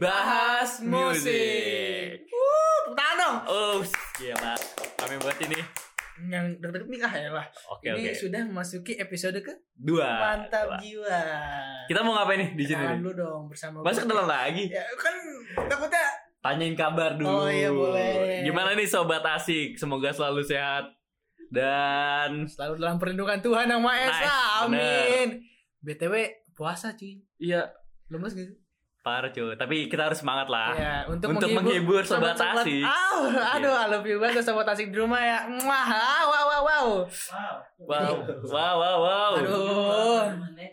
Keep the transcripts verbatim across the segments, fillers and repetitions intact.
Bahas Musik. Wuh, tahan dong. Oh, gila. Kami buat ini. Yang deg-deg nih ah ya lah. Oke, ini oke. sudah memasuki episode ke Dua. Mantap Dua. jiwa. Kita mau ngapain nih di sini? Tahan nih? dulu dong bersama. Masuk dalam lagi. Ya kan takutnya. Tanyain kabar dulu. Oh iya boleh. Gimana nih sobat asik? Semoga selalu sehat dan Selalu dalam perlindungan Tuhan Yang Maha Esa. Nice, Amin. B T W puasa cuy. iya Lemes gitu. parah cuy. Tapi kita harus semangat lah. Ya, untuk, Untuk menghibur sobat sobat-sobat- asik. Aw, aduh, I love you banget sobat asik di rumah ya. Mwah, ah, wow, wow, wow. Wow, wow, wow, wow. Aduh.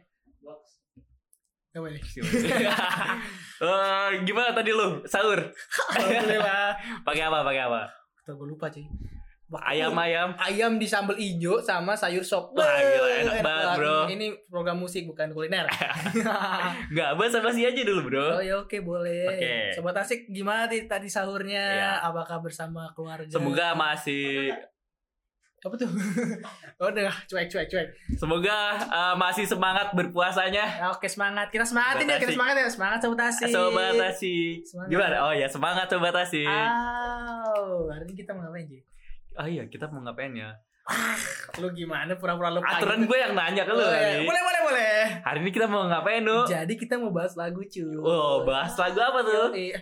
Gak boleh. Eh, gimana tadi lu sahur? Alhamdulillah. Pakai apa? Pakai apa? Tuh gue lupa cuy. Ayam-ayam. Ayam di sambal ijo sama sayur sop. Wah, gila, enak Enak banget, bro. Ini program musik bukan kuliner. Enggak, basa-basi aja dulu, Bro. Oh ya oke boleh. Oke. Sobat asik gimana nih tadi sahurnya? Iya. Apakah bersama keluarga? Semoga masih Apa tuh? Oh udah cuek cuek cuek. semoga uh, masih semangat berpuasanya. Ya, oke semangat. Kita semangatin Sobat ya, kita asik. semangat ya. Semangat sobat asik. Sobat asik. Semangat. Gimana? Oh ya, semangat sobat asik. Aw, hari ini kita mau ngapain Ji? Oh iya, kita mau ngapain ya? Lu gimana pura-pura lupa? Aturan gitu? gue yang nanya ke lu Oh, hari iya. ini. Boleh boleh boleh. Hari ini kita mau ngapain, Nu? Jadi kita mau bahas lagu cuy. Oh, bahas lagu apa tuh? Iya.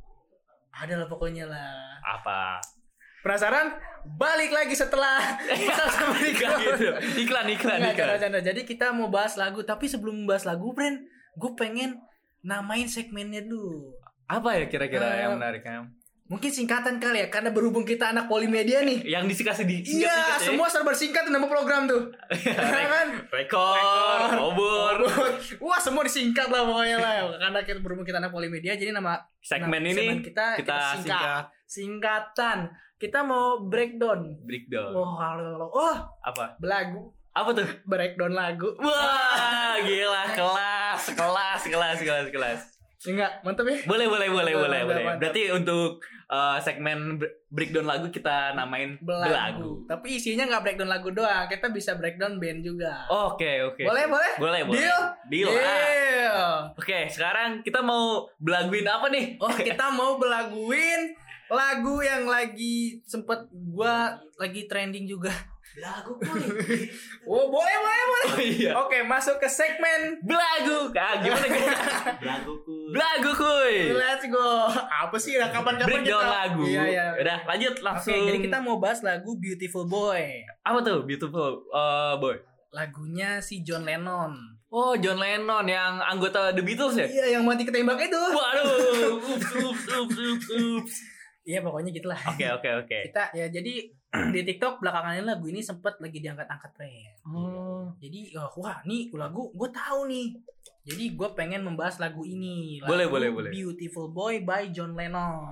Ada lah pokoknya lah. Apa? Penasaran? Balik lagi setelah kita sama Enggak gitu. Iklan, iklan, Nggak, iklan. canda-canda. Jadi kita mau bahas lagu, tapi sebelum bahas lagu, friend, gue pengen namain segmennya dulu. Apa ya kira-kira Eh, yang menarik, Em? Mungkin singkatan kali ya, karena berhubung kita anak polimedia nih. Yang disingkat di Iya, singkat-singkat ya? semua serba singkat nama program tuh. Iya kan? Rekor, obor. Wah, semua disingkat lah pokoknya lah. Karena kita berhubung kita anak polimedia, jadi nama Segmen nah, ini segmen kita, kita kita singkat. singkat. Singkatan. Kita mau breakdown. Breakdown. Oh, halo, oh, Apa? lagu. Apa tuh? Breakdown lagu. Wah, gila, kelas, kelas, kelas, kelas, kelas. Enggak, mantap ya? Boleh, boleh, boleh, Mantap, boleh, mantap, boleh. mantap. Berarti untuk uh, segmen bre- breakdown lagu kita namain Belagu. belagu. Tapi isinya nggak breakdown lagu doang. Kita bisa breakdown band juga. Oke, oke. Boleh, boleh? Boleh, boleh. Deal? Deal. ah. Deal. Oke, sekarang kita mau belaguin apa nih? Oh, kita mau belaguin lagu yang lagi sempet gua lagi trending juga. Lagu kuy. Oh, boleh, boleh, boleh. Oh iya. Oke, masuk ke segmen Belagu. Ah, gimana guys? Belaguku. Belagu kuy. Let's go. Apa sih ya kapan-kapan Breakdown kita lagu. Iya, iya. Udah, lanjut Oke, langsung. jadi kita mau bahas lagu Beautiful Boy. Apa tuh? Beautiful uh, Boy. Lagunya si John Lennon. Oh, John Lennon yang anggota The Beatles ya? Iya, yang mati ketembak itu. Waduh. Ups, ups, ups, ups, ups. Iya, pokoknya gitulah. Oke, oke, oke. Kita ya jadi di TikTok belakangan ini lagu ini sempat lagi diangkat-angkat tren. Oh. Jadi oh, wah nih lagu gue tahu nih. Jadi gue pengen membahas lagu ini. Lagu Boleh, boleh, boleh. Beautiful Boy by John Lennon.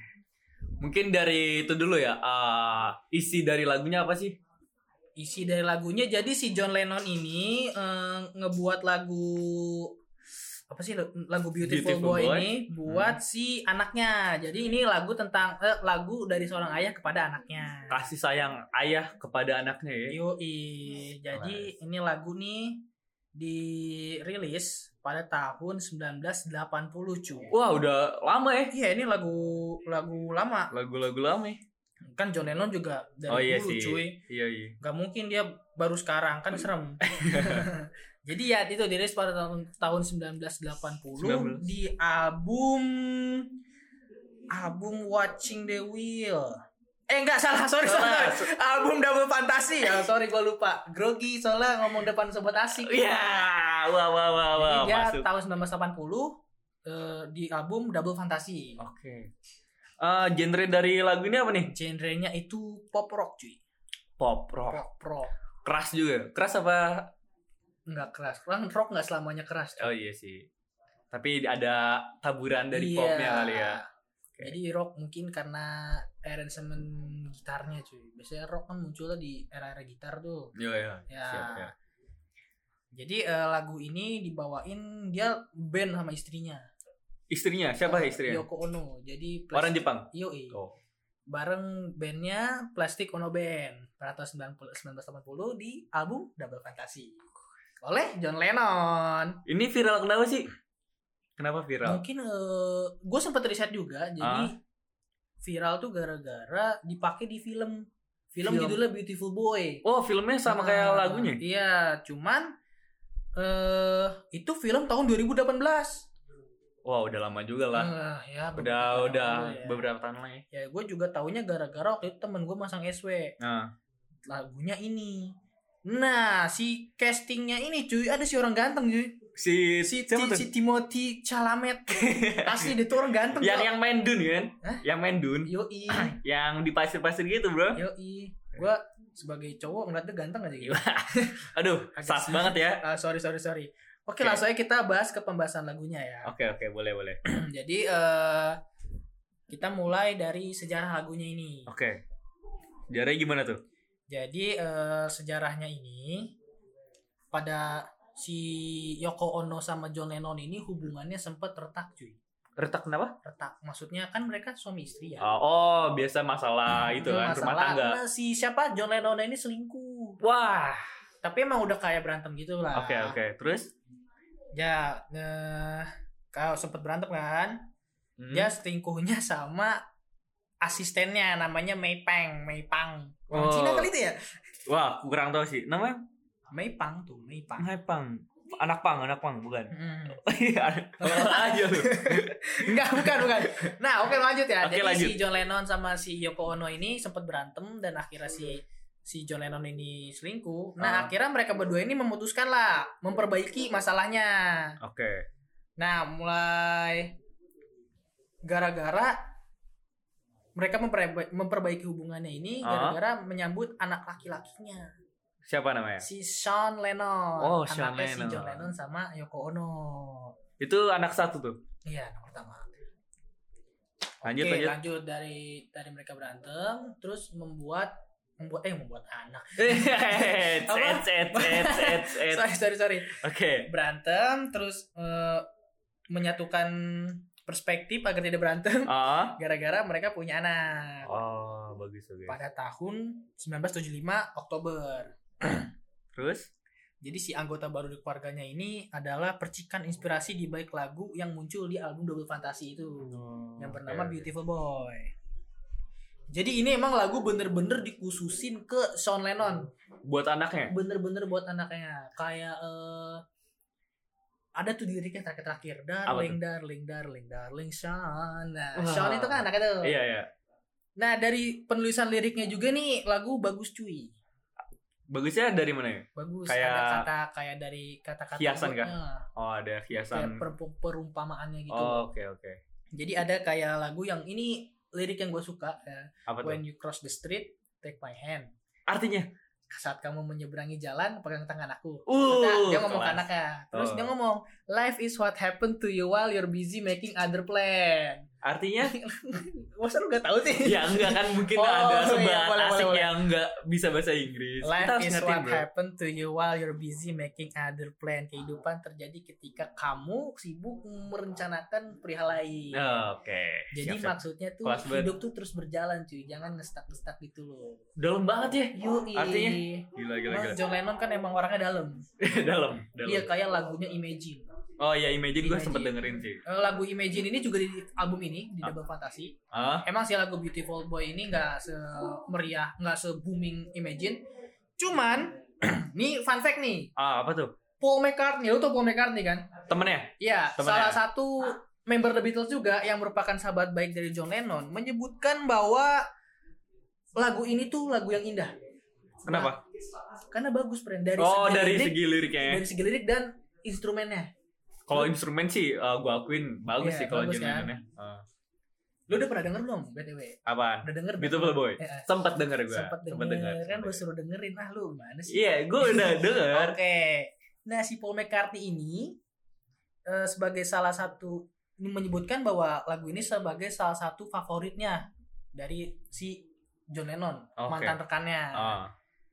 Mungkin dari itu dulu ya. Uh, isi dari lagunya apa sih? Isi dari lagunya jadi si John Lennon ini eh, ngebuat lagu apa sih lagu Beautiful, Beautiful Boy, Boy. ini buat si anaknya. Jadi ini lagu tentang eh, lagu dari seorang ayah kepada anaknya. Kasih sayang ayah kepada anaknya ya. Yoi. Jadi ini lagu nih dirilis pada tahun sembilan belas delapan puluh cuy. Wah, udah lama ya. Iya ini lagu lagu lama. Lagu-lagu lama ya. Kan John Lennon juga dari Oh iya dulu sih. cuy. Iya, iya. Gak mungkin dia baru sekarang kan serem. Jadi ya itu dirilis pada tahun tahun sembilan belas delapan puluh sembilan belas di album album Watching the Wheel. Eh enggak salah, sorry Salah. sorry. Album Double Fantasy. Ya, sorry gua lupa. Grogi soalnya ngomong depan sobat asik. Iya. Wah, wah, wah, wah. Jadi dia Masuk. tahun sembilan belas delapan puluh eh, di album Double Fantasy. Oke. Eh, genre dari lagu ini apa nih? Genrenya itu pop rock cuy. Pop rock. Pop rock. Keras juga. Keras apa? Enggak keras. Kan rock enggak selamanya keras. Cuy. Oh iya sih. Tapi ada taburan dari Iya. popnya kali ya. Oke. Jadi rock mungkin karena arrangement gitarnya cuy. Biasanya rock kan munculnya di era-era gitar tuh. Iya, iya. Ya. Siap, ya. Jadi eh, lagu ini dibawain dia band sama istrinya. Istrinya siapa Eh, istrinya? Yoko Ono. Jadi Orang Jepang. Yoi. Oh. Bareng bandnya Plastic Ono Band pada tahun sembilan belas delapan puluh di album Double Fantasy oleh John Lennon. Ini viral kenapa sih? Kenapa viral? Mungkin uh, gue sempat riset juga. Jadi Ah? viral tuh gara-gara dipakai di film. Film, Film. judulnya Beautiful Boy. Oh, filmnya sama Nah, kayak lagunya? Iya, cuman eh itu film tahun dua ribu delapan belas. Wah, udah lama juga lah. Uh, ya, udah beberapa udah tahun ya. beberapa tahun lagi. Ya, gue juga taunya gara-gara waktu itu temen gue masang S W. Nah, Lagunya ini. Nah, si castingnya ini cuy, ada si orang ganteng cuy. si Si, siapa Ti- tuh? si Timothy Chalamet. Asli dia tuh orang ganteng. yang Bro. yang main Dun kan? Hah? Yang main Dun. Yoi. Yang di pasir-pasir gitu, Bro. Yoi. Gue sebagai cowok ngeliat dia ganteng aja gitu. Aduh, Agak sas sih. banget ya. Ah, sorry, sorry, sorry. Oke, Oke. langsung aja kita bahas ke pembahasan lagunya ya. Oke, oke, boleh, boleh. Jadi eh kita mulai dari sejarah lagunya ini. Oke. Jaranya gimana tuh? Jadi eh, sejarahnya ini pada si Yoko Ono sama John Lennon ini hubungannya sempat retak cuy. Retak kenapa? Retak. Maksudnya kan mereka suami istri ya. Oh, oh, biasa masalah itu kan, rumah Masalah, tangga. nah, si siapa John Lennon ini selingkuh. Wah. Tapi emang udah kayak berantem gitu lah. Oke, oke. Terus? Ya, eh, kalau sempat berantem kan, Hmm. dia selingkuhnya sama asistennya namanya Mei Pang, Mei Pang. Orang Oh. Cina kali itu ya? Wah, kurang tahu sih. Namanya Mei Pang tuh, Mei Pang. Hai Pang. Anak Pang, anak Pang, bukan. Hmm. Iya, aja lu. Enggak, bukan, bukan. Nah, oke lanjut ya. Oke, Jadi lanjut. si John Lennon sama si Yoko Ono ini sempat berantem dan akhirnya si si John Lennon ini selingkuh. Nah, Ah. akhirnya mereka berdua ini memutuskan lah memperbaiki masalahnya. Oke. Nah, mulai gara-gara mereka memperbaiki, memperbaiki hubungannya ini Ah. gara-gara menyambut anak laki-lakinya. Siapa namanya? Si Sean Lennon. Oh, Sean Anaknya si Lennon. John Lennon sama Yoko Ono. Itu anak satu tuh. Iya, anak pertama. Lanjut, Oke, lanjut. lanjut dari dari mereka berantem terus membuat membuat eh membuat anak. Eh, Apa? cet, cet, cet, cet, cet. sorry, sorry, sorry. Oke. Berantem terus eh, menyatukan perspektif agar tidak berantem Ah. gara-gara mereka punya anak. Oh, bagus, bagus. Pada tahun sembilan belas tujuh puluh lima Oktober. Terus? Jadi si anggota baru di keluarganya ini adalah percikan inspirasi di balik lagu yang muncul di album Double Fantasy itu Oh, yang bernama oke. Beautiful Boy. Jadi ini emang lagu bener-bener dikhususin ke Sean Lennon, Buat anaknya? bener-bener buat anaknya. Kayak eh, ada tuh di liriknya terakhir-terakhir, darling, darling, darling, darling, Sean. Nah, Wah. Sean itu kan anaknya tuh. Iya, iya. Nah dari penulisan liriknya juga nih lagu bagus cuy. Bagusnya dari mana ya? Bagus. Kayak ada kata kayak dari kata-kata hiasan kah? buatnya. Oh, ada Kayak hiasan. per- perumpamaannya gitu. Oh, oke, oke. Jadi ada kayak lagu yang ini lirik yang gue suka ya. Apa tuh? When you cross the street, take my hand. Artinya? Saat kamu menyeberangi jalan, pegang tangan aku. Uh, Maksudnya, dia ngomong ke kelas. anaknya. Terus Oh. dia ngomong, life is what happened to you while you're busy making other plan. Artinya? Masa lu gak tahu sih? Ya enggak kan mungkin Oh, ada iya, sebat boleh, asik boleh, boleh. yang enggak bisa bahasa Inggris. Life Kita harus is ngertiin, what bro. happened to you while you're busy making other plan. Kehidupan terjadi ketika kamu sibuk merencanakan perihal lain. Oh, oke. Jadi Siap, siap. maksudnya tuh Kelas banget. hidup tuh terus berjalan cuy. Jangan ngestak-ngestak gitu loh. Dalam banget ya. Yui. Artinya? Gila, gila, Emang gila. John Lennon kan emang orangnya dalam. dalam, dalam. Iya kayak lagunya Imagine. Oh iya, Imagine gue Imagine. sempet dengerin sih. Eh, lagu Imagine ini juga di album ini di Ah. Double Fantasy. Ah, Emang sih lagu Beautiful Boy ini nggak semeriah, nggak se booming Imagine. Cuman, nih fun fact nih, ah apa tuh? Paul McCartney, lu tau Paul McCartney kan? Temennya? Iya, Temennya. salah satu member The Beatles juga yang merupakan sahabat baik dari John Lennon menyebutkan bahwa lagu ini tuh lagu yang indah. Kenapa? Karena bagus, friend. Dari Oh, segi dari lirik, segi liriknya ya. dari segi lirik dan instrumennya. Kalau instrumen sih uh, gue akuin bagus Iya, sih kalau bagus John kan? Lennonnya. Uh, Lu udah pernah denger belum, B T W? apaan? Udah denger? Beautiful Boy. Eh, eh. Sempat denger gue. Sempet denger, kan gue suruh dengerin. Ah lu gimana sih? Iya, gue udah denger. Oke. Nah, si Paul McCartney ini eh, sebagai salah satu ini menyebutkan bahwa lagu ini sebagai salah satu favoritnya dari si John Lennon, Oke. mantan rekannya. Ah.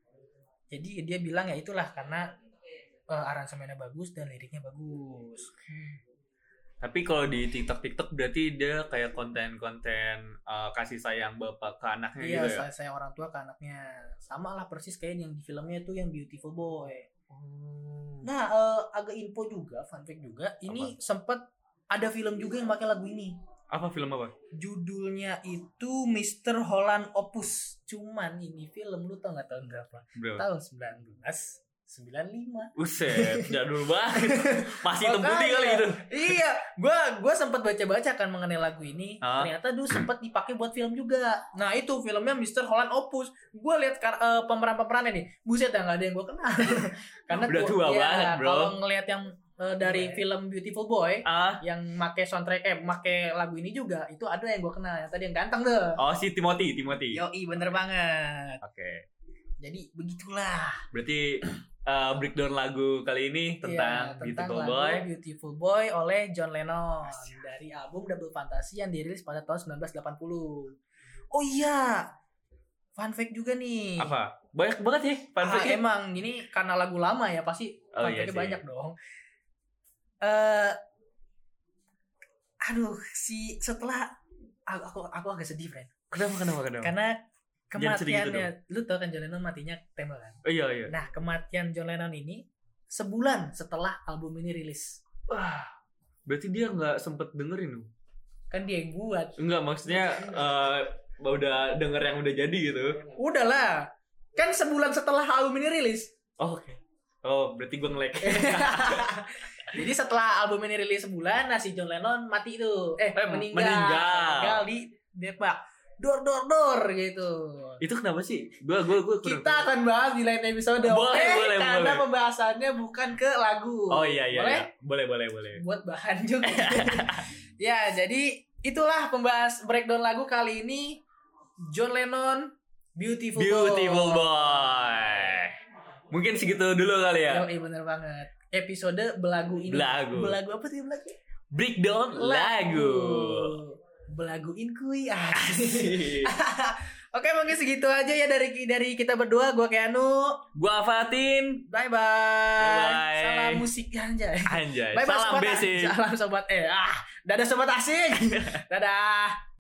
Jadi dia bilang ya itulah karena eh, aransemennya bagus dan liriknya bagus. Tapi kalau di TikTok TikTok berarti dia kayak konten-konten uh, kasih sayang bapak ke anaknya Iya, gitu ya. saya, saya orang tua ke anaknya. Sama lah persis kayak yang di filmnya itu yang Beautiful Boy. Oh. Nah, eh, agak info juga, fun fact juga. Ini sempat ada film juga yang pakai lagu ini. Apa film apa? Judulnya itu mister Holland Opus. Cuman ini film lu tau gak tahun berapa? Bro. Tahun sembilan belas sembilan puluh lima. Buset, jadul banget. Masih hitam putih Makanya, kali itu. Iya, gua gua sempat baca-baca kan mengenai lagu ini. Hah? Ternyata dulu sempat dipakai buat film juga. Nah, itu filmnya mister Holland Opus. Gua lihat uh, pemeran-pemerannya nih. Buset, enggak ada yang gua kenal. Karena Udah tua ya, banget, bro. Kalau ngelihat yang uh, dari film Beautiful Boy Ah, yang make soundtrack eh make lagu ini juga, itu ada yang gua kenal. Yang tadi yang ganteng deh. oh si Timothy, Timothy. Yoi, bener banget. Oke. Jadi begitulah. Berarti uh, breakdown lagu kali ini tentang, Iya, Beautiful lagu Boy. Beautiful Boy oleh John Lennon dari album Double Fantasy yang dirilis pada tahun sembilan belas delapan puluh. Oh iya, fun fact juga nih. Apa? Banyak banget ya fun Ah, fact-nya. emang ini karena lagu lama ya pasti Oh, fun iya fact-nya sih. banyak dong. Eh, aduh, si setelah aku aku, aku agak sedih, friend. Kenapa kenapa kenapa? Karena Jangan sedih gitu kematiannya, lu tau kan John Lennon matinya tembak kan? Oh iya iya. Nah, kematian John Lennon ini sebulan setelah album ini rilis. Wah, berarti dia nggak sempet dengerin dong? Kan dia yang buat. Enggak, maksudnya uh, udah denger yang udah jadi gitu. Udahlah. Kan sebulan setelah album ini rilis. Oh, oke. Oh, berarti gue nge-lag. Jadi setelah album ini rilis sebulan, nah si John Lennon mati tuh. Eh, Eh, meninggal. meninggal. Meninggal di Depok. Dor dor dor gitu. Itu kenapa sih? Gua gua gua kurang Kita akan bahas di lain episode. Boleh, oke? boleh, Karena boleh. pembahasannya bukan ke lagu. Oh iya iya. Boleh? Iya. Boleh boleh boleh. Buat bahan juga. Ya, jadi itulah pembahas breakdown lagu kali ini. John Lennon, Beautiful, Beautiful Boy. Boy. Mungkin segitu dulu kali ya. Yoi, bener banget. Episode belagu ini. Belagu. Belagu apa sih belagu? Breakdown lagu. Belaguin kui. Oke, mungkin segitu aja ya dari dari kita berdua. Gua Keanu. Gua Fatin. Bye bye. Bye-bye. Salam musik anjay. Anjay. Bye bye Salam sobat. basic. Salam sobat eh. Ah, dadah sobat asik. Dadah.